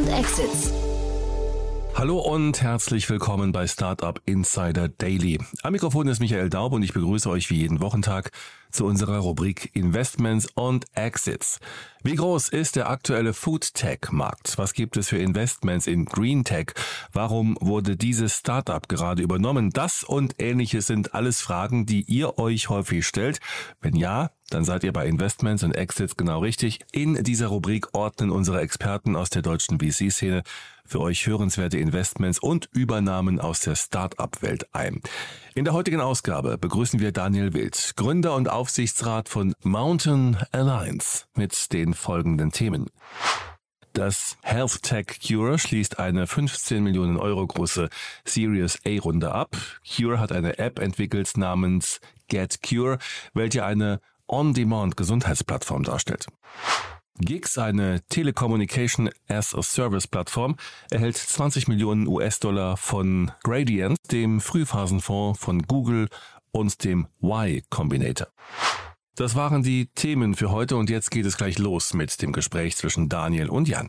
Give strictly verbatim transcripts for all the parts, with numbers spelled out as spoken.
und Exits. Hallo und herzlich willkommen bei Startup Insider Daily. Am Mikrofon ist Michael Daub und ich begrüße euch wie jeden Wochentag zu unserer Rubrik Investments und Exits. Wie groß ist der aktuelle Food-Tech-Markt? Was gibt es für Investments in Green Tech? Warum wurde dieses Startup gerade übernommen? Das und Ähnliches sind alles Fragen, die ihr euch häufig stellt. Wenn ja, dann seid ihr bei Investments und Exits genau richtig. In dieser Rubrik ordnen unsere Experten aus der deutschen V C-Szene für euch hörenswerte Investments und Übernahmen aus der Start-up-Welt ein. In der heutigen Ausgabe begrüßen wir Daniel Wild, Gründer und Aufsichtsrat von Mountain Alliance, mit den folgenden Themen. Das Health Tech Cure schließt eine fünfzehn Millionen Euro große Series A-Runde ab. Cure hat eine App entwickelt namens Get Cure, welche eine On-Demand-Gesundheitsplattform darstellt. Gix, eine Telecommunication as a Service Plattform, erhält zwanzig Millionen U S-Dollar von Gradient, dem Frühphasenfonds von Google und dem Y Combinator. Das waren die Themen für heute und jetzt geht es gleich los mit dem Gespräch zwischen Daniel und Jan.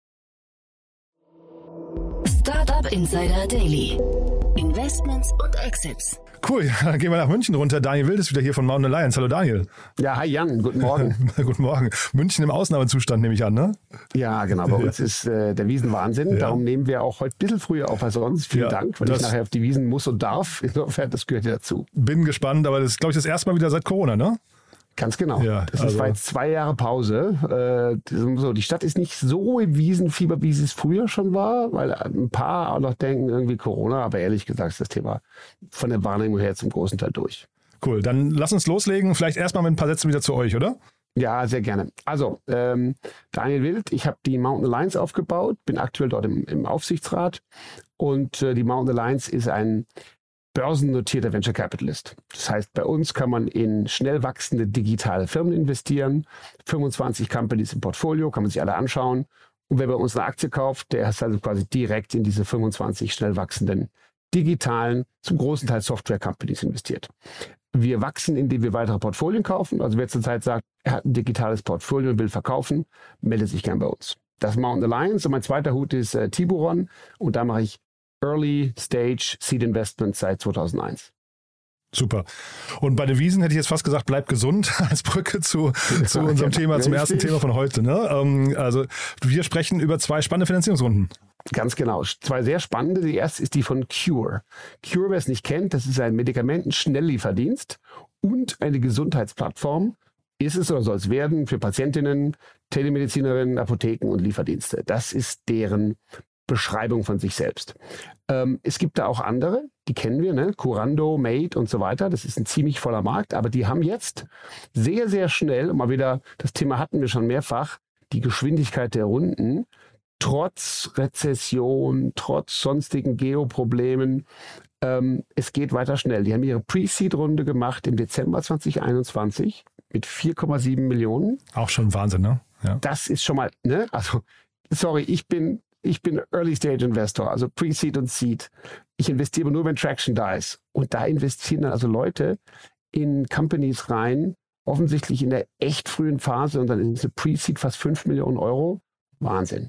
Startup Insider Daily. Investments und Exits. Cool, dann gehen wir nach München runter. Daniel Wild ist wieder hier von Mountain Alliance. Hallo Daniel. Ja, hi Jan, guten Morgen. Guten Morgen. München im Ausnahmezustand nehme ich an, ne? Ja, genau, bei uns ist äh, der Wiesenwahnsinn. Ja. Darum nehmen wir auch heute ein bisschen früher auf als sonst. Vielen ja, Dank, weil ich nachher auf die Wiesen muss und darf. Insofern, das gehört ja dazu. Bin gespannt, aber das ist, glaube ich, das erste Mal wieder seit Corona, ne? Ganz genau. Ja, das also ist, war jetzt zwei Jahre Pause. Äh, so, die Stadt ist nicht so im Wiesenfieber, wie es früher schon war, weil ein paar auch noch denken irgendwie Corona, aber ehrlich gesagt ist das Thema von der Wahrnehmung her zum großen Teil durch. Cool, dann lass uns loslegen. Vielleicht erstmal mit ein paar Sätzen wieder zu euch, oder? Ja, sehr gerne. Also, ähm, Daniel Wild, ich habe die Mountain Alliance aufgebaut, bin aktuell dort im, im Aufsichtsrat und äh, die Mountain Alliance ist ein börsennotierter Venture Capitalist. Das heißt, bei uns kann man in schnell wachsende digitale Firmen investieren. fünfundzwanzig Companies im Portfolio, kann man sich alle anschauen. Und wer bei uns eine Aktie kauft, der ist also quasi direkt in diese fünfundzwanzig schnell wachsenden digitalen, zum großen Teil Software-Companies investiert. Wir wachsen, indem wir weitere Portfolien kaufen. Also wer zurzeit sagt, er hat ein digitales Portfolio und will verkaufen, meldet sich gern bei uns. Das ist Mountain Alliance und mein zweiter Hut ist äh, Tiburon und da mache ich Early Stage Seed Investment seit zweitausendeins. Super. Und bei den Wiesen hätte ich jetzt fast gesagt, bleib gesund als Brücke zu, zu unserem ja, Thema, zum ersten Thema von heute. Ne? Ähm, also wir sprechen über zwei spannende Finanzierungsrunden. Ganz genau. Zwei sehr spannende. Die erste ist die von Cure. Cure, wer es nicht kennt, das ist ein Medikamenten-Schnelllieferdienst und eine Gesundheitsplattform. Ist es oder soll es werden für Patientinnen, Telemedizinerinnen, Apotheken und Lieferdienste. Das ist deren Beschreibung von sich selbst. Ähm, es gibt da auch andere, die kennen wir, ne? Curando, Made und so weiter. Das ist ein ziemlich voller Markt, aber die haben jetzt sehr, sehr schnell, mal wieder, das Thema hatten wir schon mehrfach, die Geschwindigkeit der Runden, trotz Rezession, trotz sonstigen Geoproblemen, ähm, es geht weiter schnell. Die haben ihre Pre-Seed-Runde gemacht im Dezember zweitausendeinundzwanzig mit vier Komma sieben Millionen. Auch schon Wahnsinn, ne? Ja. Das ist schon mal, ne? Also, sorry, ich bin Ich bin Early-Stage-Investor, also Pre-Seed und Seed. Ich investiere nur, wenn Traction da ist. Und da investieren dann also Leute in Companies rein, offensichtlich in der echt frühen Phase und dann ist eine Pre-Seed fast fünf Millionen Euro. Wahnsinn.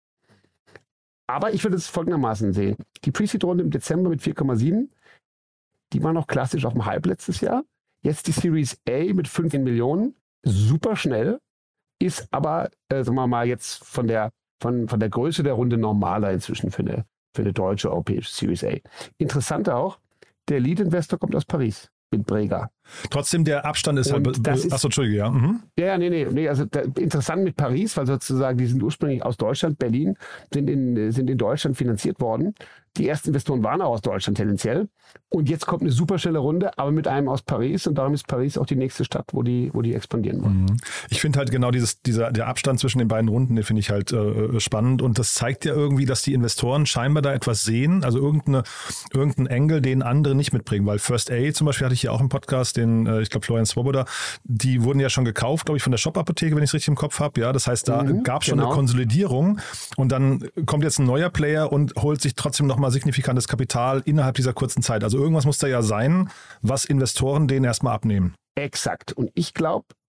Aber ich würde es folgendermaßen sehen. Die Pre-Seed-Runde im Dezember mit vier Komma sieben, die war noch klassisch auf dem Hype letztes Jahr. Jetzt die Series A mit fünfzehn Millionen, super schnell, ist aber, äh, sagen wir mal, jetzt von der Von, von der Größe der Runde normaler inzwischen für eine, für eine deutsche europäische Series A. Interessant auch, der Lead-Investor kommt aus Paris mit Brega. Trotzdem der Abstand ist und halt... Das ist, achso, Entschuldige, ja. Mhm. Ja, nee, nee, nee, also da, interessant mit Paris, weil sozusagen die sind ursprünglich aus Deutschland, Berlin, sind in, sind in Deutschland finanziert worden. Die ersten Investoren waren auch aus Deutschland tendenziell. Und jetzt kommt eine super schnelle Runde, aber mit einem aus Paris. Und darum ist Paris auch die nächste Stadt, wo die, wo die expandieren wollen. Mhm. Ich finde halt genau dieses, dieser, der Abstand zwischen den beiden Runden, den finde ich halt äh, spannend. Und das zeigt ja irgendwie, dass die Investoren scheinbar da etwas sehen, also irgendeine, irgendeinen Engel, den andere nicht mitbringen. Weil First A zum Beispiel hatte ich ja auch im Podcast, den, äh, ich glaube, Florian Swoboda, die wurden ja schon gekauft, glaube ich, von der Shop-Apotheke, wenn ich es richtig im Kopf habe. Ja, das heißt, da mhm, gab es schon genau. eine Konsolidierung. Und dann kommt jetzt ein neuer Player und holt sich trotzdem noch mal signifikantes Kapital innerhalb dieser kurzen Zeit. Also irgendwas muss da ja sein, was Investoren denen erstmal abnehmen. Exakt. Und ich glaube,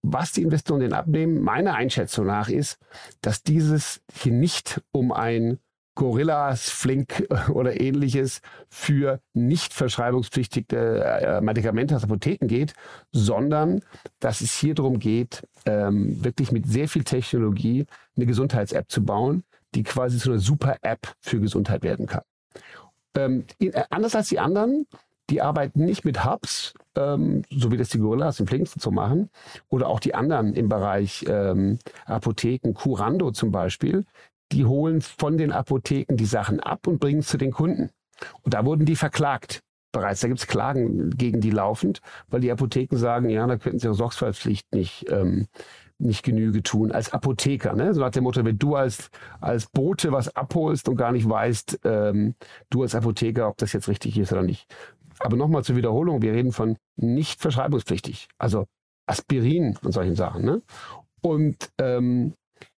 was die Investoren denn abnehmen, meiner Einschätzung nach ist, dass dieses hier nicht um ein Gorillas, Flink oder ähnliches für nicht verschreibungspflichtige Medikamente aus Apotheken geht, sondern dass es hier darum geht, ähm, wirklich mit sehr viel Technologie eine Gesundheits-App zu bauen, die quasi zu einer Super-App für Gesundheit werden kann. Ähm, anders als die anderen, die arbeiten nicht mit Hubs, ähm, so wie das die Gorillas und Flinks so machen, oder auch die anderen im Bereich ähm, Apotheken, Curando zum Beispiel, die holen von den Apotheken die Sachen ab und bringen es zu den Kunden. Und da wurden die verklagt bereits. Da gibt es Klagen gegen die laufend, weil die Apotheken sagen, ja, da könnten sie ihre Sorgfaltspflicht nicht, ähm, nicht Genüge tun als Apotheker. Ne? So nach dem Motto, wenn du als, als Bote was abholst und gar nicht weißt, ähm, du als Apotheker, ob das jetzt richtig ist oder nicht. Aber nochmal zur Wiederholung, wir reden von nicht verschreibungspflichtig, also Aspirin und solchen Sachen. Ne? Und ähm,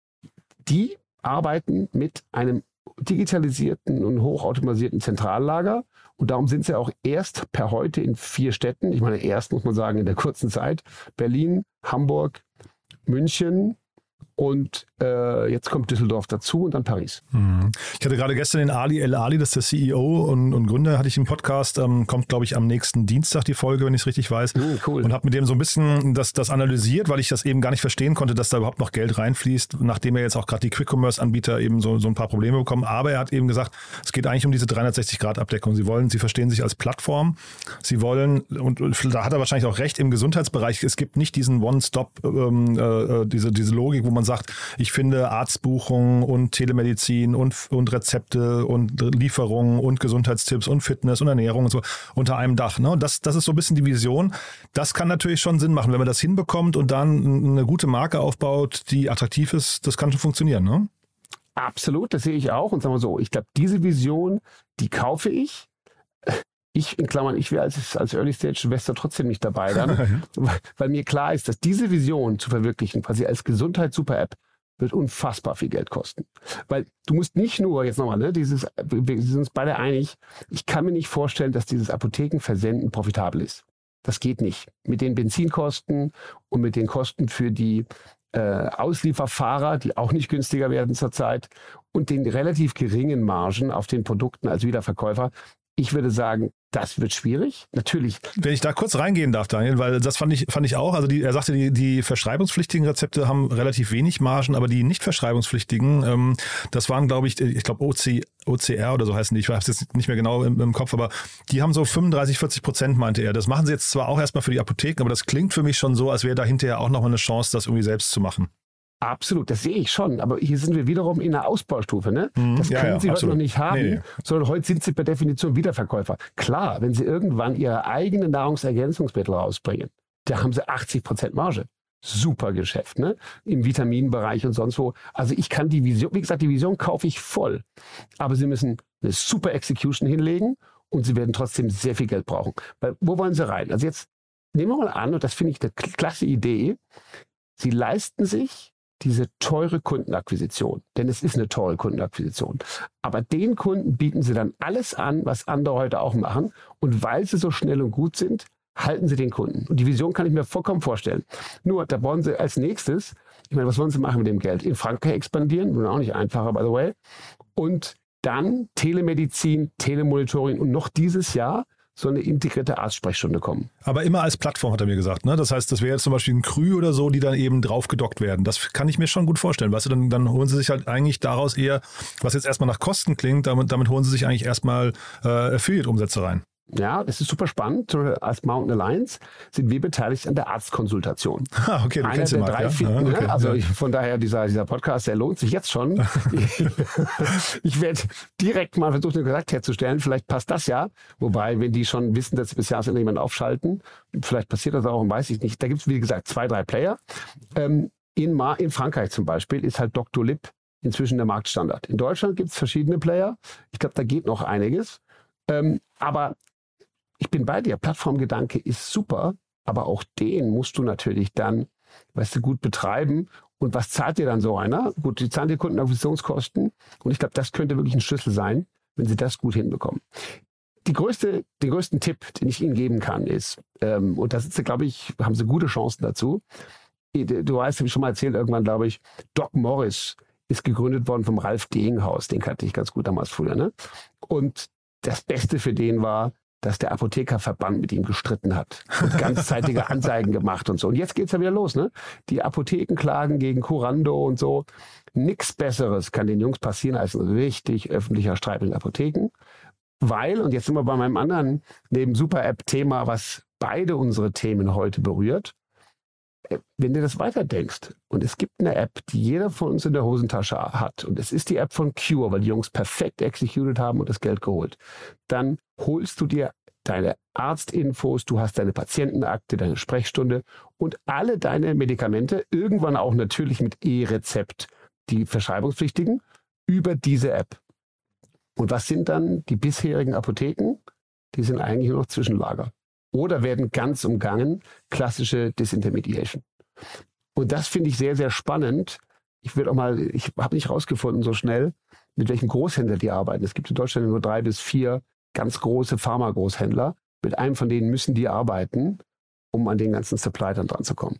die arbeiten mit einem digitalisierten und hochautomatisierten Zentrallager. Und darum sind sie auch erst per heute in vier Städten, ich meine erst muss man sagen in der kurzen Zeit, Berlin, Hamburg, München und äh, jetzt kommt Düsseldorf dazu und dann Paris. Ich hatte gerade gestern den Ali El Ali, das ist der C E O und, und Gründer, hatte ich im Podcast, ähm, kommt glaube ich am nächsten Dienstag die Folge, wenn ich es richtig weiß. Mm, cool. Und habe mit dem so ein bisschen das, das analysiert, weil ich das eben gar nicht verstehen konnte, dass da überhaupt noch Geld reinfließt, nachdem er jetzt auch gerade die Quick-Commerce-Anbieter eben so, so ein paar Probleme bekommen. Aber er hat eben gesagt, es geht eigentlich um diese dreihundertsechzig Grad Abdeckung. Sie wollen, sie verstehen sich als Plattform. Sie wollen, und, und da hat er wahrscheinlich auch recht, im Gesundheitsbereich, es gibt nicht diesen One-Stop, ähm, äh, diese, diese Logik, wo man sagt, ich finde Arztbuchungen und Telemedizin und, und Rezepte und Lieferungen und Gesundheitstipps und Fitness und Ernährung und so unter einem Dach. Ne? Das, das ist so ein bisschen die Vision. Das kann natürlich schon Sinn machen, wenn man das hinbekommt und dann eine gute Marke aufbaut, die attraktiv ist. Das kann schon funktionieren, ne? Absolut, das sehe ich auch. Und sagen wir so, ich glaube, diese Vision, die kaufe ich. Ich, in Klammern, ich wäre als, als Early-Stage-Investor trotzdem nicht dabei dann, weil, weil mir klar ist, dass diese Vision zu verwirklichen, quasi als Gesundheits-Super-App, wird unfassbar viel Geld kosten. Weil du musst nicht nur, jetzt nochmal, ne, dieses, wir sind uns beide einig, ich kann mir nicht vorstellen, dass dieses Apothekenversenden profitabel ist. Das geht nicht. Mit den Benzinkosten und mit den Kosten für die äh, Auslieferfahrer, die auch nicht günstiger werden zurzeit, und den relativ geringen Margen auf den Produkten als Wiederverkäufer. Ich würde sagen, das wird schwierig. Natürlich. Wenn ich da kurz reingehen darf, Daniel, weil das fand ich, fand ich auch. Also die, er sagte, die, die verschreibungspflichtigen Rezepte haben relativ wenig Margen, aber die nicht verschreibungspflichtigen, ähm, das waren, glaube ich, ich glaube O C, O C R oder so heißen die. Ich habe es jetzt nicht mehr genau im, im Kopf, aber die haben so fünfunddreißig, vierzig Prozent, meinte er. Das machen sie jetzt zwar auch erstmal für die Apotheken, aber das klingt für mich schon so, als wäre da hinterher auch nochmal eine Chance, das irgendwie selbst zu machen. Absolut, das sehe ich schon. Aber hier sind wir wiederum in einer Ausbaustufe. Ne? Mhm. Das Ja, können ja, Sie absolut. heute noch nicht haben, Nee, nee. sondern heute sind Sie per Definition Wiederverkäufer. Klar, wenn Sie irgendwann Ihre eigenen Nahrungsergänzungsmittel rausbringen, da haben Sie achtzig Prozent Marge. Super Geschäft, ne? Im Vitaminbereich und sonst wo. Also ich kann die Vision, wie gesagt, die Vision kaufe ich voll. Aber Sie müssen eine super Execution hinlegen und Sie werden trotzdem sehr viel Geld brauchen. Weil, wo wollen Sie rein? Also jetzt nehmen wir mal an, und das finde ich eine klasse Idee, Sie leisten sich diese teure Kundenakquisition. Denn es ist eine teure Kundenakquisition. Aber den Kunden bieten sie dann alles an, was andere heute auch machen. Und weil sie so schnell und gut sind, halten sie den Kunden. Und die Vision kann ich mir vollkommen vorstellen. Nur, da wollen sie als nächstes, ich meine, was wollen sie machen mit dem Geld? In Frankreich expandieren, nun auch nicht einfacher, by the way. Und dann Telemedizin, Telemonitoring und noch dieses Jahr so eine integrierte Arztsprechstunde kommen. Aber immer als Plattform, hat er mir gesagt. Ne? Das heißt, das wäre jetzt zum Beispiel ein Krü oder so, die dann eben drauf gedockt werden. Das kann ich mir schon gut vorstellen. Weißt du, dann, dann holen sie sich halt eigentlich daraus eher, was jetzt erstmal nach Kosten klingt, damit, damit holen sie sich eigentlich erstmal äh, Affiliate-Umsätze rein. Ja, das ist super spannend. Als Mountain Alliance sind wir beteiligt an der Arztkonsultation. Ah, okay, du Einer kennst den der Markt, drei ja? Finden, Ja, okay, ne? Also ja. von daher, dieser, dieser Podcast, der lohnt sich jetzt schon. Ich werde direkt mal versuchen, den Kontakt herzustellen. Vielleicht passt das ja. Wobei, wenn die schon wissen, dass sie bis Jahresende jemanden aufschalten, vielleicht passiert das auch, weiß ich nicht. Da gibt es, wie gesagt, zwei, drei Player. Ähm, in, Ma- in Frankreich zum Beispiel ist halt Doktor Lib inzwischen der Marktstandard. In Deutschland gibt es verschiedene Player. Ich glaube, da geht noch einiges. Ähm, aber ich bin bei dir. Plattformgedanke ist super, aber auch den musst du natürlich dann, weißt du, gut betreiben. Und was zahlt dir dann so einer? Gut, die zahlen dir Kundenakquisitionskosten. Und ich glaube, das könnte wirklich ein Schlüssel sein, wenn sie das gut hinbekommen. Die größte, den größten Tipp, den ich Ihnen geben kann, ist, ähm, und da sind sie, glaube ich, haben sie gute Chancen dazu, du weißt, habe ich schon mal erzählt, irgendwann glaube ich, Doc Morris ist gegründet worden vom Ralf Dehnghaus, den kannte ich ganz gut damals früher. Ne? Und das Beste für den war, dass der Apothekerverband mit ihm gestritten hat und ganzzeitige Anzeigen gemacht und so. Und jetzt geht's ja wieder los, ne? Die Apotheken klagen gegen Curando und so. Nichts Besseres kann den Jungs passieren als ein richtig öffentlicher Streit mit den Apotheken. Weil, und jetzt sind wir bei meinem anderen, neben Super-App-Thema, was beide unsere Themen heute berührt, wenn du das weiterdenkst und es gibt eine App, die jeder von uns in der Hosentasche hat und es ist die App von Cure, weil die Jungs perfekt executed haben und das Geld geholt, dann holst du dir deine Arztinfos, du hast deine Patientenakte, deine Sprechstunde und alle deine Medikamente, irgendwann auch natürlich mit E-Rezept, die verschreibungspflichtigen, über diese App. Und was sind dann die bisherigen Apotheken? Die sind eigentlich nur noch Zwischenlager. Oder werden ganz umgangen, klassische Disintermediation. Und das finde ich sehr, sehr spannend. Ich will auch mal, ich habe nicht rausgefunden so schnell, mit welchem Großhändler die arbeiten. Es gibt in Deutschland nur drei bis vier ganz große Pharma-Großhändler. Mit einem von denen müssen die arbeiten, um an den ganzen Supply dann dran zu kommen.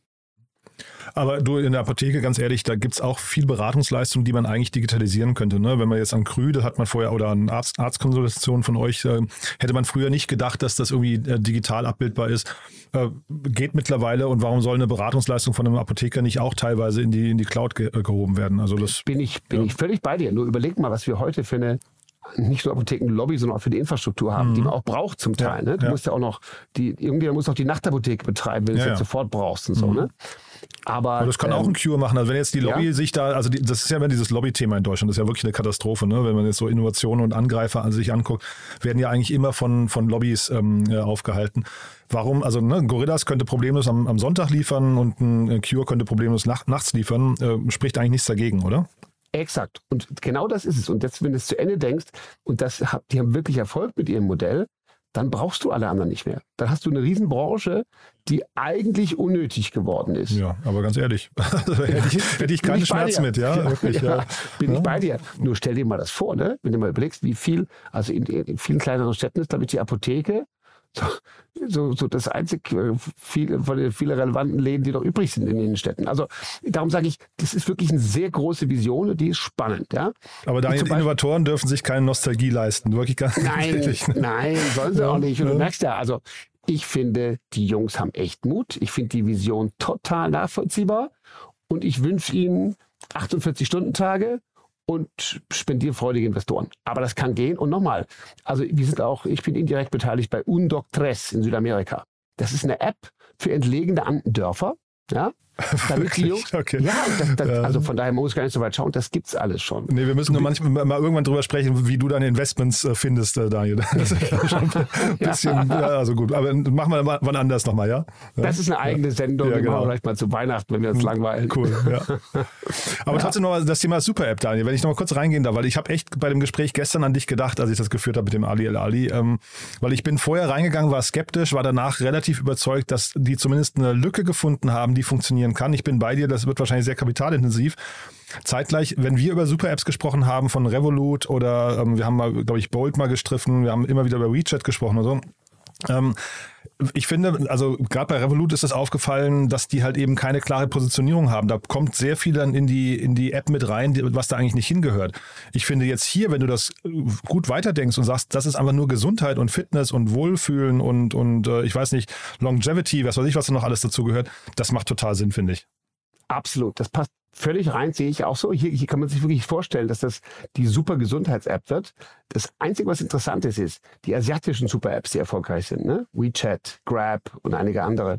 Aber du, in der Apotheke, ganz ehrlich, da gibt es auch viel Beratungsleistung, die man eigentlich digitalisieren könnte. Ne? Wenn man jetzt an Krü, das hat man vorher, oder an Arzt, Arztkonsultation von euch, äh, hätte man früher nicht gedacht, dass das irgendwie äh, digital abbildbar ist. Äh, geht mittlerweile, und warum soll eine Beratungsleistung von einem Apotheker nicht auch teilweise in die, in die Cloud ge- gehoben werden? Also das bin ich, bin ja. ich völlig bei dir. Nur überleg mal, was wir heute für eine nicht nur Apothekenlobby, sondern auch für die Infrastruktur haben, mhm. die man auch braucht zum Teil. Ja, ne? Du ja. musst ja auch noch, die, irgendjemand muss auch die Nachtapotheke betreiben, wenn du es ja, jetzt ja. sofort brauchst und so. Mhm. Ne? Aber, Aber das kann ähm, auch ein Cure machen. Also wenn jetzt die Lobby ja? sich da, also die, das ist ja immer dieses Lobby-Thema in Deutschland, das ist ja wirklich eine Katastrophe, ne? Wenn man jetzt so Innovationen und Angreifer an sich anguckt, werden ja eigentlich immer von, von Lobbys ähm, aufgehalten. Warum? Also ne, Gorillas könnte problemlos am, am Sonntag liefern und ein Cure könnte problemlos nach, nachts liefern. Äh, spricht eigentlich nichts dagegen, oder? Exakt. Und genau das ist es. Und jetzt, wenn du es zu Ende denkst, und das, die haben wirklich Erfolg mit ihrem Modell, dann brauchst du alle anderen nicht mehr. Dann hast du eine Riesenbranche, die eigentlich unnötig geworden ist. Ja, aber ganz ehrlich, also hätte ich, hätte ich keinen Schmerz mit. Ja, ja, wirklich, ja. ja. Bin ja. ich bei dir. Nur stell dir mal das vor, ne? Wenn du mal überlegst, wie viel, also in, in vielen kleineren Städten ist, glaube ich, die Apotheke So, so, so das einzige, viele, von den vielen relevanten Läden, die noch übrig sind in den Städten. Also darum sage ich, das ist wirklich eine sehr große Vision und die ist spannend. Ja? Aber Daniel, Beispiel, Innovatoren dürfen sich keine Nostalgie leisten. Wirklich ganz nein, ehrlich. nein, sollen sie ja, auch nicht. Und ja. du merkst ja, also ich finde, die Jungs haben echt Mut. Ich finde die Vision total nachvollziehbar und ich wünsche ihnen achtundvierzig-Stunden-Tage und spendierfreudige Investoren. Aber das kann gehen. Und nochmal, also wir sind auch, ich bin indirekt beteiligt bei Undoc Tres in Südamerika. Das ist eine App für entlegene Dörfer. Ja, damit die Jungs, okay. ja, das, das, also von daher muss ich gar nicht so weit schauen, das gibt's alles schon. Nee, wir müssen nur manchmal mal irgendwann drüber sprechen, wie du deine Investments äh, findest, äh, Daniel. Das ist schon ein bisschen, ja. Ja, also gut, aber machen wir mal wann anders nochmal, ja? ja? Das ist eine eigene ja. Sendung, ja, die genau. machen wir vielleicht mal zu Weihnachten, wenn wir uns langweilen. Cool, ja. Aber ja. trotzdem noch das Thema Super-App, Daniel, wenn ich noch mal kurz reingehen darf, weil ich habe echt bei dem Gespräch gestern an dich gedacht, als ich das geführt habe mit dem Ali El-Ali, ähm, weil ich bin vorher reingegangen, war skeptisch, war danach relativ überzeugt, dass die zumindest eine Lücke gefunden haben, die funktionieren kann. Ich bin bei dir, das wird wahrscheinlich sehr kapitalintensiv. Zeitgleich, wenn wir über Super-Apps gesprochen haben von Revolut oder ähm, wir haben mal, glaube ich, Bolt mal gestriffen, wir haben immer wieder über WeChat gesprochen und so. Ähm, ich finde, also gerade bei Revolut ist es aufgefallen, dass die halt eben keine klare Positionierung haben. Da kommt sehr viel dann in die, in die App mit rein, was da eigentlich nicht hingehört. Ich finde jetzt hier, wenn du das gut weiterdenkst und sagst, das ist einfach nur Gesundheit und Fitness und Wohlfühlen und, und äh, ich weiß nicht, Longevity, was weiß ich, was da noch alles dazu gehört, das macht total Sinn, finde ich. Absolut, das passt völlig rein, sehe ich auch so. Hier, hier kann man sich wirklich vorstellen, dass das die super Gesundheits-App wird. Das Einzige, was interessant ist, ist, die asiatischen Super-Apps, die erfolgreich sind, ne? WeChat, Grab und einige andere,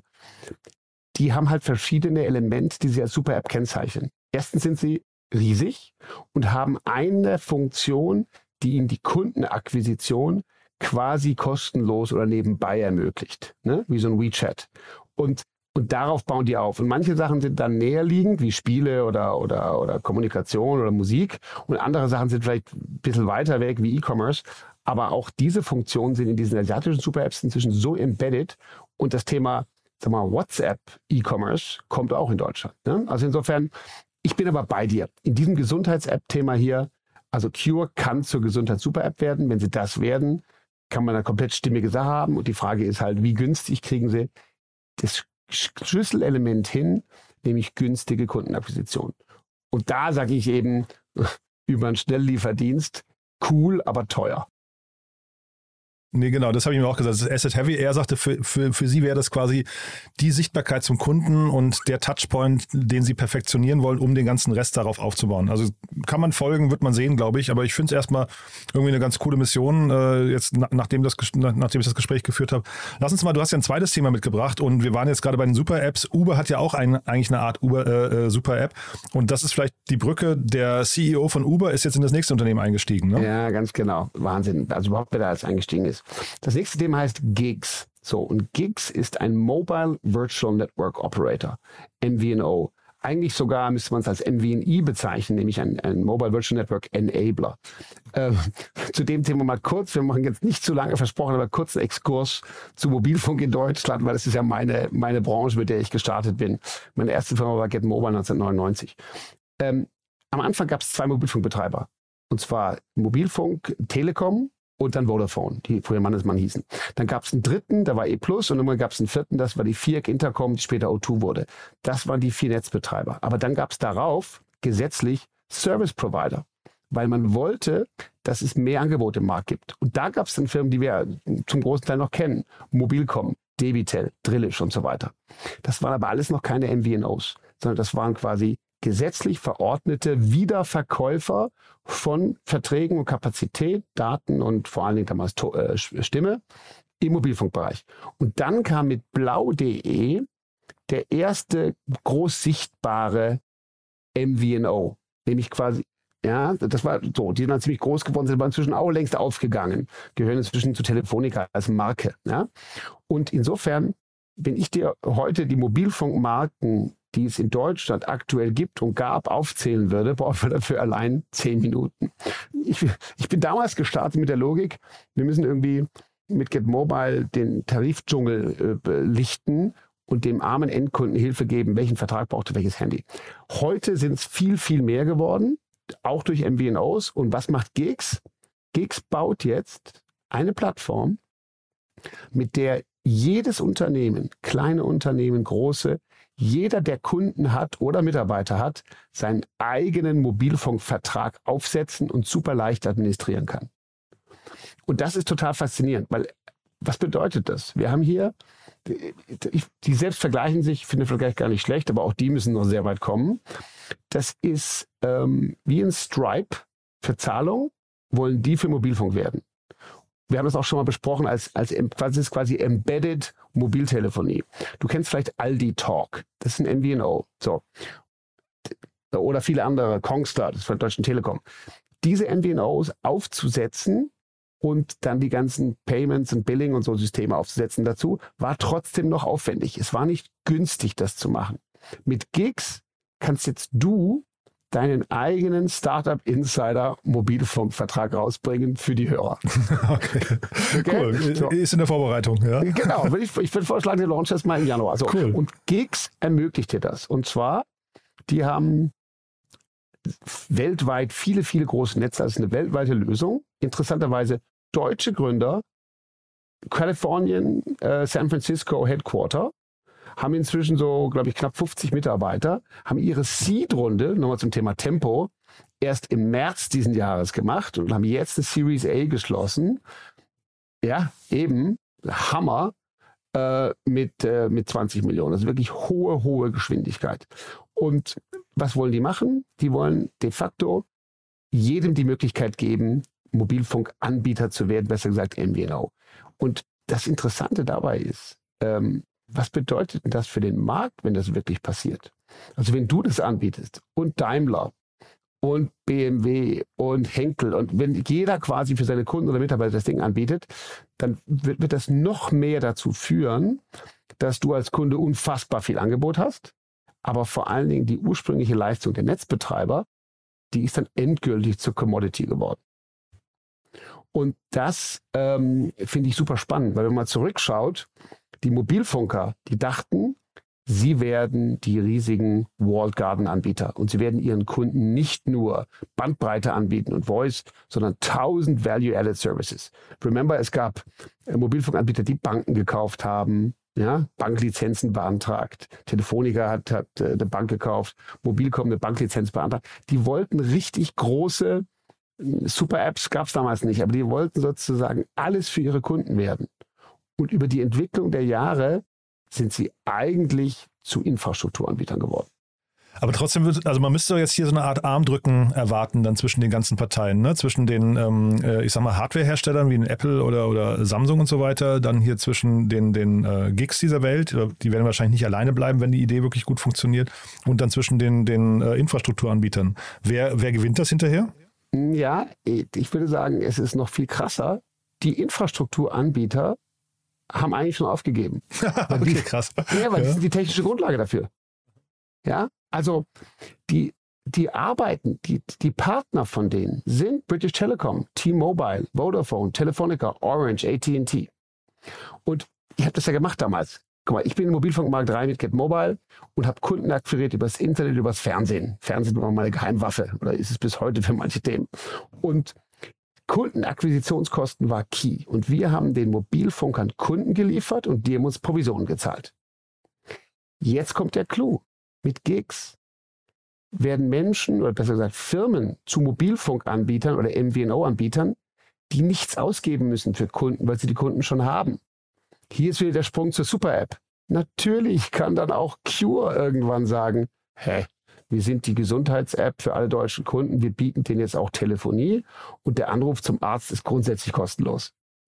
die haben halt verschiedene Elemente, die sie als Super-App kennzeichnen. Erstens sind sie riesig und haben eine Funktion, die ihnen die Kundenakquisition quasi kostenlos oder nebenbei ermöglicht, ne? Wie so ein WeChat. Und Und darauf bauen die auf. Und manche Sachen sind dann näherliegend, wie Spiele oder, oder, oder Kommunikation oder Musik. Und andere Sachen sind vielleicht ein bisschen weiter weg, wie E-Commerce. Aber auch diese Funktionen sind in diesen asiatischen Super-Apps inzwischen so embedded. Und das Thema, sag mal, WhatsApp-E-Commerce kommt auch in Deutschland. Ne? Also insofern, ich bin aber bei dir. In diesem Gesundheits-App-Thema hier, also Cure kann zur Gesundheits-Super-App werden. Wenn sie das werden, kann man eine komplett stimmige Sache haben. Und die Frage ist halt, wie günstig kriegen sie das Schlüsselelement hin, nämlich günstige Kundenakquisition. Und da sage ich eben, über einen Schnelllieferdienst, cool, aber teuer. Nee, genau, das habe ich mir auch gesagt. Das ist Asset Heavy. Er sagte, für, für, für Sie wäre das quasi die Sichtbarkeit zum Kunden und der Touchpoint, den Sie perfektionieren wollen, um den ganzen Rest darauf aufzubauen. Also kann man folgen, wird man sehen, glaube ich. Aber ich finde es erstmal irgendwie eine ganz coole Mission, äh, jetzt na, nachdem, das, nachdem ich das Gespräch geführt habe. Lass uns mal, du hast ja ein zweites Thema mitgebracht und wir waren jetzt gerade bei den Super-Apps. Uber hat ja auch ein, eigentlich eine Art Uber, äh, Super-App und das ist vielleicht die Brücke. Der C E O von Uber ist jetzt in das nächste Unternehmen eingestiegen, ne? Ja, ganz genau. Wahnsinn. Also überhaupt, wer da jetzt eingestiegen ist. Das nächste Thema heißt Gigs. So, und Gigs ist ein Mobile Virtual Network Operator, M V N O. Eigentlich sogar müsste man es als M V N I bezeichnen, nämlich ein, ein Mobile Virtual Network Enabler. Äh, zu dem Thema mal kurz, wir machen jetzt nicht zu lange versprochen, aber kurz einen Exkurs zu Mobilfunk in Deutschland, weil das ist ja meine, meine Branche, mit der ich gestartet bin. Meine erste Firma war Get Mobile neunzehnhundertneunundneunzig. Ähm, am Anfang gab es zwei Mobilfunkbetreiber. Und zwar Mobilfunk, Telekom und dann Vodafone, die früher Mannesmann hießen. Dann gab es einen dritten, da war E Plus, und irgendwann gab es einen vierten, das war die V I A C Intercom, die später O zwei wurde. Das waren die vier Netzbetreiber. Aber dann gab es darauf gesetzlich Service Provider, weil man wollte, dass es mehr Angebote im Markt gibt. Und da gab es dann Firmen, die wir zum großen Teil noch kennen. Mobilcom, Debitel, Drillisch und so weiter. Das waren aber alles noch keine M V N Os, sondern das waren quasi gesetzlich verordnete Wiederverkäufer von Verträgen und Kapazität, Daten und vor allen Dingen damals äh, Stimme im Mobilfunkbereich. Und dann kam mit blau punkt de der erste groß sichtbare M V N O, nämlich quasi, ja, das war so, die sind dann ziemlich groß geworden, sind aber inzwischen auch längst aufgegangen, gehören inzwischen zu Telefonica als Marke. Ja? Und insofern, wenn ich dir heute die Mobilfunkmarken, die es in Deutschland aktuell gibt und gab, aufzählen würde, brauchen wir dafür allein zehn Minuten. Ich, ich bin damals gestartet mit der Logik, wir müssen irgendwie mit Get Mobile den Tarifdschungel äh, lichten und dem armen Endkunden Hilfe geben, welchen Vertrag braucht er, welches Handy. Heute sind es viel, viel mehr geworden, auch durch M V N Os. Und was macht Gigs? Gigs baut jetzt eine Plattform, mit der jedes Unternehmen, kleine Unternehmen, große, jeder, der Kunden hat oder Mitarbeiter hat, seinen eigenen Mobilfunkvertrag aufsetzen und super leicht administrieren kann. Und das ist total faszinierend, weil was bedeutet das? Wir haben hier, die selbst vergleichen sich, ich finde den Vergleich gar nicht schlecht, aber auch die müssen noch sehr weit kommen. Das ist ähm, wie ein Stripe für Zahlung, wollen die für Mobilfunk werden. Wir haben das auch schon mal besprochen als, als das ist quasi Embedded Mobiltelefonie. Du kennst vielleicht Aldi Talk, das ist ein M V N O. So. Oder viele andere, Kongstar, das ist von der Deutschen Telekom. Diese M V N Os aufzusetzen und dann die ganzen Payments und Billing und so Systeme aufzusetzen dazu, war trotzdem noch aufwendig. Es war nicht günstig, das zu machen. Mit Gigs kannst jetzt du deinen eigenen Startup Insider Mobilfunkvertrag rausbringen für die Hörer. Okay. Okay? Cool. So. Ist in der Vorbereitung, ja. Genau. Ich, ich würde vorschlagen, wir launchen das mal im Januar. So. Cool. Und Gigs ermöglicht dir das. Und zwar, die haben weltweit viele, viele große Netze. Das ist eine weltweite Lösung. Interessanterweise deutsche Gründer, Kalifornien, äh, San Francisco Headquarter, haben inzwischen so, glaube ich, knapp fünfzig Mitarbeiter, haben ihre Seed-Runde, nochmal zum Thema Tempo, erst im März diesen Jahres gemacht und haben jetzt eine Series A geschlossen. Ja, eben, Hammer, äh, mit, äh, mit zwanzig Millionen. Also wirklich hohe, hohe Geschwindigkeit. Und was wollen die machen? Die wollen de facto jedem die Möglichkeit geben, Mobilfunkanbieter zu werden, besser gesagt M V N O. Und das Interessante dabei ist, ähm, was bedeutet denn das für den Markt, wenn das wirklich passiert? Also wenn du das anbietest und Daimler und B M W und Henkel und wenn jeder quasi für seine Kunden oder Mitarbeiter das Ding anbietet, dann wird, wird das noch mehr dazu führen, dass du als Kunde unfassbar viel Angebot hast, aber vor allen Dingen die ursprüngliche Leistung der Netzbetreiber, die ist dann endgültig zur Commodity geworden. Und das ähm, finde ich super spannend, weil wenn man zurückschaut, die Mobilfunker, die dachten, sie werden die riesigen Walled Garden-Anbieter und sie werden ihren Kunden nicht nur Bandbreite anbieten und Voice, sondern tausend Value-Added Services. Remember, es gab äh, Mobilfunkanbieter, die Banken gekauft haben, Ja, Banklizenzen beantragt. Telefonica hat, hat äh, eine Bank gekauft, Mobilcom eine Banklizenz beantragt. Die wollten richtig große Super-Apps, gab es damals nicht, aber die wollten sozusagen alles für ihre Kunden werden. Und über die Entwicklung der Jahre sind sie eigentlich zu Infrastrukturanbietern geworden. Aber trotzdem wird, also man müsste jetzt hier so eine Art Armdrücken erwarten dann zwischen den ganzen Parteien, ne? Zwischen den, ähm, ich sag mal, Hardware-Herstellern wie Apple oder, oder Samsung und so weiter, dann hier zwischen den, den äh, Gigs dieser Welt, die werden wahrscheinlich nicht alleine bleiben, wenn die Idee wirklich gut funktioniert, und dann zwischen den, den äh, Infrastrukturanbietern. Wer, wer gewinnt das hinterher? Ja, ich würde sagen, es ist noch viel krasser. Die Infrastrukturanbieter haben eigentlich schon aufgegeben. Okay, die, krass. Ja, weil ja. das ist die technische Grundlage dafür. Ja, also die, die arbeiten, die, die Partner von denen sind British Telecom, T-Mobile, Vodafone, Telefonica, Orange, A T and T. Und ich habe das ja gemacht damals. Guck mal, ich bin im Mobilfunkmarkt rein mit Get Mobile und habe Kunden akquiriert übers Internet, übers Fernsehen. Fernsehen war meine Geheimwaffe oder ist es bis heute für manche Themen. Und Kundenakquisitionskosten war key. Und wir haben den Mobilfunkern Kunden geliefert und die haben uns Provisionen gezahlt. Jetzt kommt der Clou. Mit Gigs werden Menschen, oder besser gesagt Firmen, zu Mobilfunkanbietern oder M V N O-Anbietern, die nichts ausgeben müssen für Kunden, weil sie die Kunden schon haben. Hier ist wieder der Sprung zur Super-App. Natürlich kann dann auch Cure irgendwann sagen, hä, wir sind die Gesundheits-App für alle deutschen Kunden, wir bieten denen jetzt auch Telefonie und der Anruf zum Arzt ist grundsätzlich kostenlos.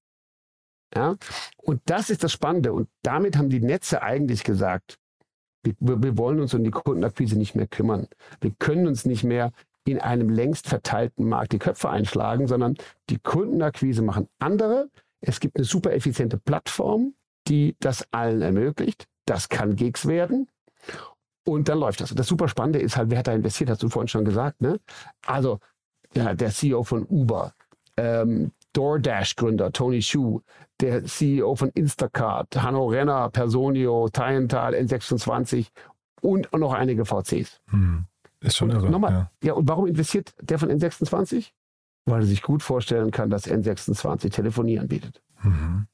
Ja? Und das ist das Spannende. Und damit haben die Netze eigentlich gesagt, wir, wir wollen uns um die Kundenakquise nicht mehr kümmern. Wir können uns nicht mehr in einem längst verteilten Markt die Köpfe einschlagen, sondern die Kundenakquise machen andere. Es gibt eine super effiziente Plattform, die das allen ermöglicht. Das kann Gigs werden. Und dann läuft das. Und das super Spannende ist halt, wer hat da investiert, hast du vorhin schon gesagt. Ne? Also ja, der C E O von Uber, ähm, DoorDash-Gründer Tony Xu, der C E O von Instacart, Hanno Renner, Personio, Tyental, N sechsundzwanzig und noch einige V Cs. Hm. Ist schon und irre. Nochmal, ja. ja, und warum investiert der von N sechsundzwanzig? Weil er sich gut vorstellen kann, dass N sechsundzwanzig Telefonie anbietet. Mhm.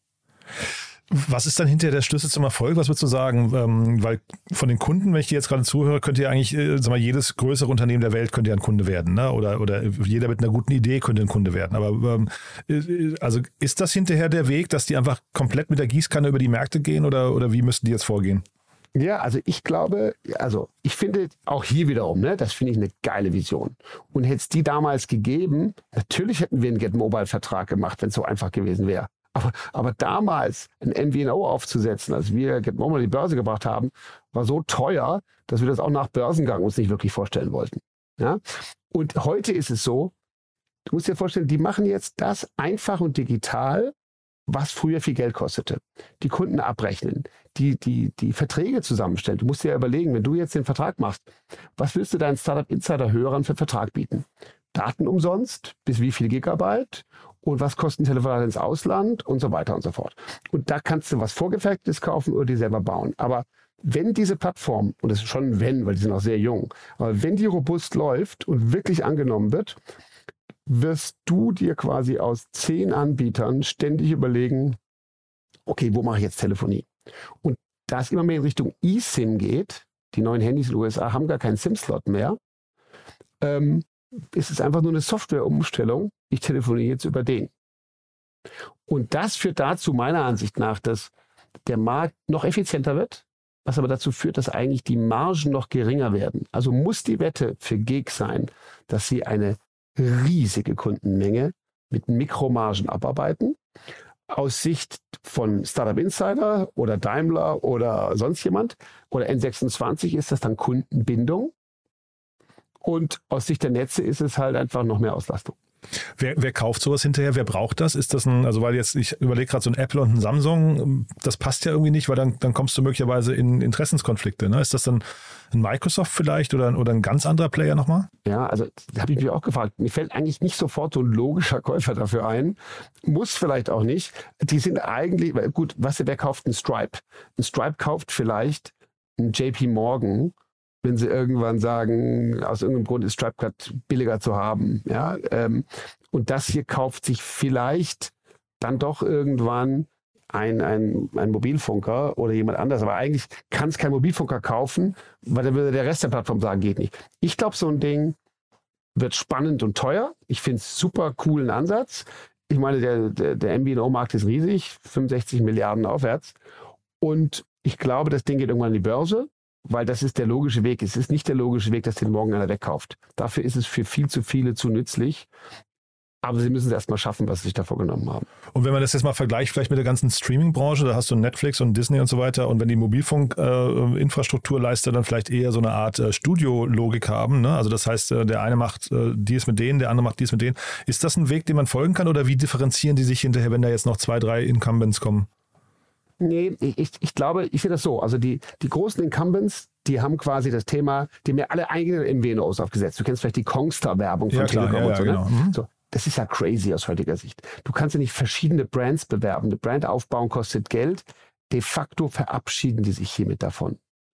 Was ist dann hinterher der Schlüssel zum Erfolg? Was würdest du sagen? Ähm, weil von den Kunden, wenn ich dir jetzt gerade zuhöre, könnte ja eigentlich, äh, sag mal, jedes größere Unternehmen der Welt könnte ja ein Kunde werden, ne? Oder, oder jeder mit einer guten Idee könnte ein Kunde werden. Aber ähm, äh, also ist das hinterher der Weg, dass die einfach komplett mit der Gießkanne über die Märkte gehen oder, oder wie müssten die jetzt vorgehen? Ja, also ich glaube, also ich finde auch hier wiederum, ne, das finde ich eine geile Vision. Und hätte es die damals gegeben, natürlich hätten wir einen Get-Mobile-Vertrag gemacht, wenn es so einfach gewesen wäre. Aber, aber damals ein M V N O aufzusetzen, als wir Get Mobile die Börse gebracht haben, war so teuer, dass wir das auch nach Börsengang uns nicht wirklich vorstellen wollten. Ja? Und heute ist es so, du musst dir vorstellen, die machen jetzt das einfach und digital, was früher viel Geld kostete. Die Kunden abrechnen, die, die, die Verträge zusammenstellen. Du musst dir ja überlegen, wenn du jetzt den Vertrag machst, was willst du deinen Startup-Insider-Hörern für Vertrag bieten? Daten umsonst, bis wie viel Gigabyte? Und was kosten Telefonate ins Ausland und so weiter und so fort. Und da kannst du was Vorgefertigtes kaufen oder die selber bauen. Aber wenn diese Plattform, und das ist schon ein Wenn, weil die sind auch sehr jung, aber wenn die robust läuft und wirklich angenommen wird, wirst du dir quasi aus zehn Anbietern ständig überlegen, okay, wo mache ich jetzt Telefonie? Und da es immer mehr in Richtung eSIM geht, die neuen Handys in den U S A haben gar keinen SIM-Slot mehr, ähm, ist es einfach nur eine Softwareumstellung. Ich telefoniere jetzt über den. Und das führt dazu, meiner Ansicht nach, dass der Markt noch effizienter wird, was aber dazu führt, dass eigentlich die Margen noch geringer werden. Also muss die Wette für Gigs sein, dass sie eine riesige Kundenmenge mit Mikromargen abarbeiten. Aus Sicht von Startup Insider oder Daimler oder sonst jemand oder N sechsundzwanzig ist das dann Kundenbindung. Und aus Sicht der Netze ist es halt einfach noch mehr Auslastung. Wer, wer kauft sowas hinterher? Wer braucht das? Ist das ein, also weil jetzt, ich überlege gerade so ein Apple und ein Samsung, das passt ja irgendwie nicht, weil dann, dann kommst du möglicherweise in Interessenskonflikte. Ne? Ist das dann ein Microsoft vielleicht oder, oder ein ganz anderer Player nochmal? Ja, also da habe ich mich auch gefragt. Mir fällt eigentlich nicht sofort so ein logischer Käufer dafür ein. Muss vielleicht auch nicht. Die sind eigentlich, gut, was, wer kauft ein Stripe? Ein Stripe kauft vielleicht ein J P Morgan, wenn sie irgendwann sagen, aus irgendeinem Grund ist Stripe gerade billiger zu haben. Ja, ähm, und das hier kauft sich vielleicht dann doch irgendwann ein, ein, ein Mobilfunker oder jemand anders. Aber eigentlich kann es kein Mobilfunker kaufen, weil dann würde der Rest der Plattform sagen, geht nicht. Ich glaube, so ein Ding wird spannend und teuer. Ich finde es super coolen Ansatz. Ich meine, der, der, der M V N O-Markt ist riesig, fünfundsechzig Milliarden aufwärts. Und ich glaube, das Ding geht irgendwann an die Börse, weil das ist der logische Weg. Es ist nicht der logische Weg, dass den morgen einer wegkauft. Dafür ist es für viel zu viele zu nützlich. Aber sie müssen es erstmal schaffen, was sie sich da vorgenommen haben. Und wenn man das jetzt mal vergleicht, vielleicht mit der ganzen Streaming-Branche, da hast du Netflix und Disney und so weiter. Und wenn die Mobilfunk-Infrastrukturleister äh, dann vielleicht eher so eine Art äh, Studio-Logik haben, ne? Also das heißt, äh, der eine macht äh, dies mit denen, der andere macht dies mit denen. Ist das ein Weg, den man folgen kann? Oder wie differenzieren die sich hinterher, wenn da jetzt noch zwei, drei Incumbents kommen? Nee, ich, ich glaube, ich sehe das so. Also die, die großen Incumbents, die haben quasi das Thema, die haben ja alle eigene M V N Os aufgesetzt. Du kennst vielleicht die Kongstar-Werbung von ja, klar, Telekom ja, und so, ja, genau. ne? Mhm. So. Das ist ja crazy aus heutiger Sicht. Du kannst ja nicht verschiedene Brands bewerben. Eine Brand aufbauen kostet Geld. De facto verabschieden die sich hiermit davon.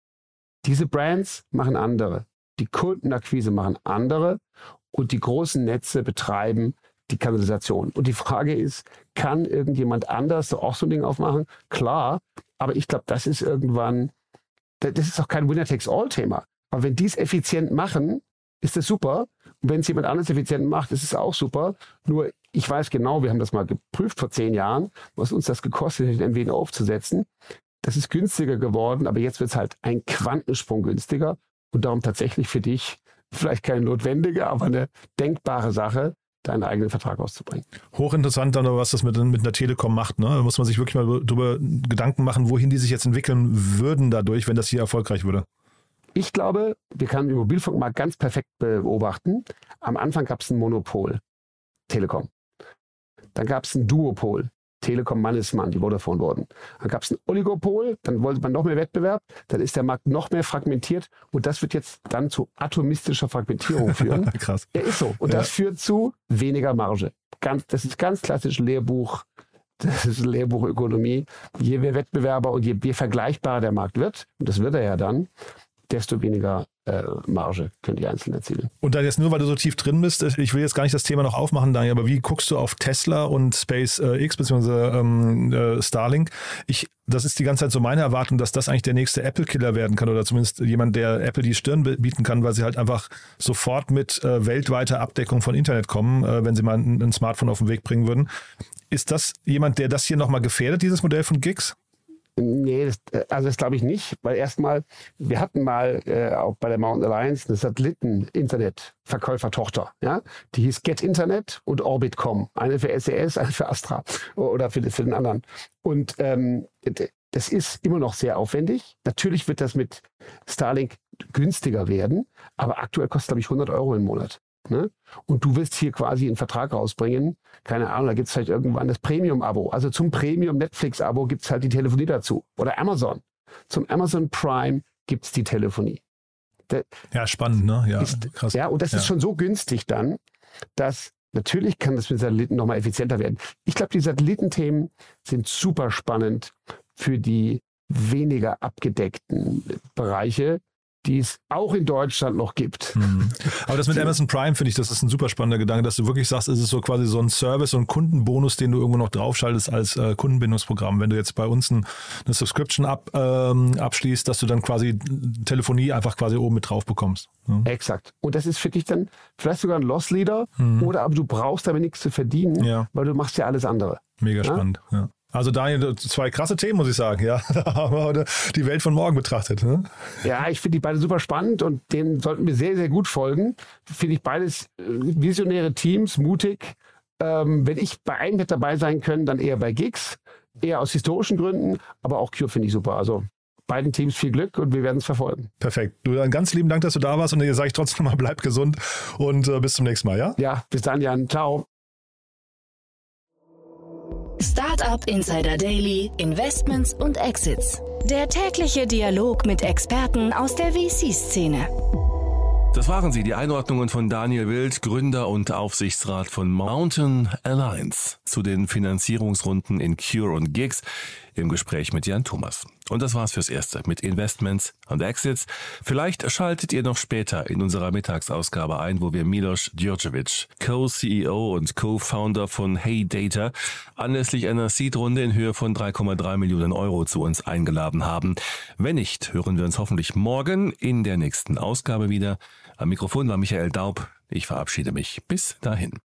Diese Brands machen andere. Die Kundenakquise machen andere. Und die großen Netze betreiben die Kanalisation. Und die Frage ist, kann irgendjemand anders so auch so ein Ding aufmachen? Klar, aber ich glaube, das ist irgendwann, das ist auch kein Winner-Takes-All-Thema. Aber wenn die es effizient machen, ist das super. Und wenn es jemand anderes effizient macht, ist es auch super. Nur ich weiß genau, wir haben das mal geprüft vor zehn Jahren, was uns das gekostet hat, den M V N aufzusetzen. Das ist günstiger geworden, aber jetzt wird es halt ein Quantensprung günstiger. Und darum tatsächlich für dich vielleicht keine notwendige, aber eine denkbare Sache, deinen eigenen Vertrag auszubringen. Hochinteressant dann, was das mit, mit einer Telekom macht. Ne? Da muss man sich wirklich mal darüber Gedanken machen, wohin die sich jetzt entwickeln würden dadurch, wenn das hier erfolgreich würde. Ich glaube, wir können den Mobilfunkmarkt ganz perfekt beobachten. Am Anfang gab es ein Monopol, Telekom. Dann gab es ein Duopol, Telekom Mannesmann, die Vodafone wurden. Dann gab es ein Oligopol, dann wollte man noch mehr Wettbewerb, dann ist der Markt noch mehr fragmentiert und das wird jetzt dann zu atomistischer Fragmentierung führen. Krass. Ja, ist so. Und ja. Das führt zu weniger Marge. Ganz, das ist ganz klassisch Lehrbuch, das ist Lehrbuchökonomie. Je mehr Wettbewerber und je mehr vergleichbarer der Markt wird, und das wird er ja dann, desto weniger äh, Marge können die Einzelnen erzielen. Und dann jetzt nur, weil du so tief drin bist, ich will jetzt gar nicht das Thema noch aufmachen, Daniel, aber wie guckst du auf Tesla und SpaceX bzw. Ähm, äh, Starlink? Ich, das ist die ganze Zeit so meine Erwartung, dass das eigentlich der nächste Apple-Killer werden kann oder zumindest jemand, der Apple die Stirn bieten kann, weil sie halt einfach sofort mit äh, weltweiter Abdeckung von Internet kommen, äh, wenn sie mal ein, ein Smartphone auf den Weg bringen würden. Ist das jemand, der das hier nochmal gefährdet, dieses Modell von Gigs? Nee, das, also das glaube ich nicht, weil erstmal, wir hatten mal äh, auch bei der Mountain Alliance eine Satelliten-Internet-Verkäufertochter, ja? Die hieß Get Internet und Orbit Punkt com. Eine für S E S, eine für Astra oder für, für den anderen. Und ähm, das ist immer noch sehr aufwendig. Natürlich wird das mit Starlink günstiger werden, aber aktuell kostet, glaube ich, hundert Euro im Monat. Ne? Und du willst hier quasi einen Vertrag rausbringen, keine Ahnung, da gibt es vielleicht irgendwann das Premium-Abo. Also zum Premium-Netflix-Abo gibt es halt die Telefonie dazu. Oder Amazon. Zum Amazon Prime gibt es die Telefonie. Der ja, spannend, ne? Ja, ist, krass. Ja, und das ja. ist schon so günstig dann, dass natürlich kann das mit Satelliten nochmal effizienter werden. Ich glaube, die Satellitenthemen sind super spannend für die weniger abgedeckten Bereiche, die es auch in Deutschland noch gibt. Mhm. Aber das mit Amazon Prime finde ich, das ist ein super spannender Gedanke, dass du wirklich sagst, es ist so quasi so ein Service, so ein Kundenbonus, den du irgendwo noch draufschaltest als äh, Kundenbindungsprogramm. Wenn du jetzt bei uns ein, eine Subscription ab, ähm, abschließt, dass du dann quasi Telefonie einfach quasi oben mit drauf bekommst. Ja. Exakt. Und das ist für dich dann vielleicht sogar ein Loss Leader mhm. oder aber du brauchst damit nichts zu verdienen, ja. weil du machst ja alles andere. Mega ja? spannend, ja. Also Daniel, zwei krasse Themen, muss ich sagen. Ja, da haben wir heute die Welt von morgen betrachtet. Ne? Ja, ich finde die beide super spannend und denen sollten wir sehr, sehr gut folgen. Finde ich beides visionäre Teams, mutig. Ähm, wenn ich bei einem hätte dabei sein können, dann eher bei Gigs, eher aus historischen Gründen, aber auch Cure finde ich super. Also beiden Teams viel Glück und wir werden es verfolgen. Perfekt. Du, dann ganz lieben Dank, dass du da warst und dir sage ich trotzdem mal, bleib gesund und äh, bis zum nächsten Mal. Ja, ja, bis dann, Jan. Ciao. Startup Insider Daily, Investments und Exits. Der tägliche Dialog mit Experten aus der V C-Szene. Das waren sie, die Einordnungen von Daniel Wild, Gründer und Aufsichtsrat von Mountain Alliance zu den Finanzierungsrunden in Cure und Gigs. im Gespräch mit Jan Thomas. Und das war's fürs Erste mit Investments und Exits. Vielleicht schaltet ihr noch später in unserer Mittagsausgabe ein, wo wir Milos Djordjevic, Co-C E O und Co-Founder von Hey Data, anlässlich einer Seed-Runde in Höhe von drei Komma drei Millionen Euro zu uns eingeladen haben. Wenn nicht, hören wir uns hoffentlich morgen in der nächsten Ausgabe wieder. Am Mikrofon war Michael Daub. Ich verabschiede mich. Bis dahin.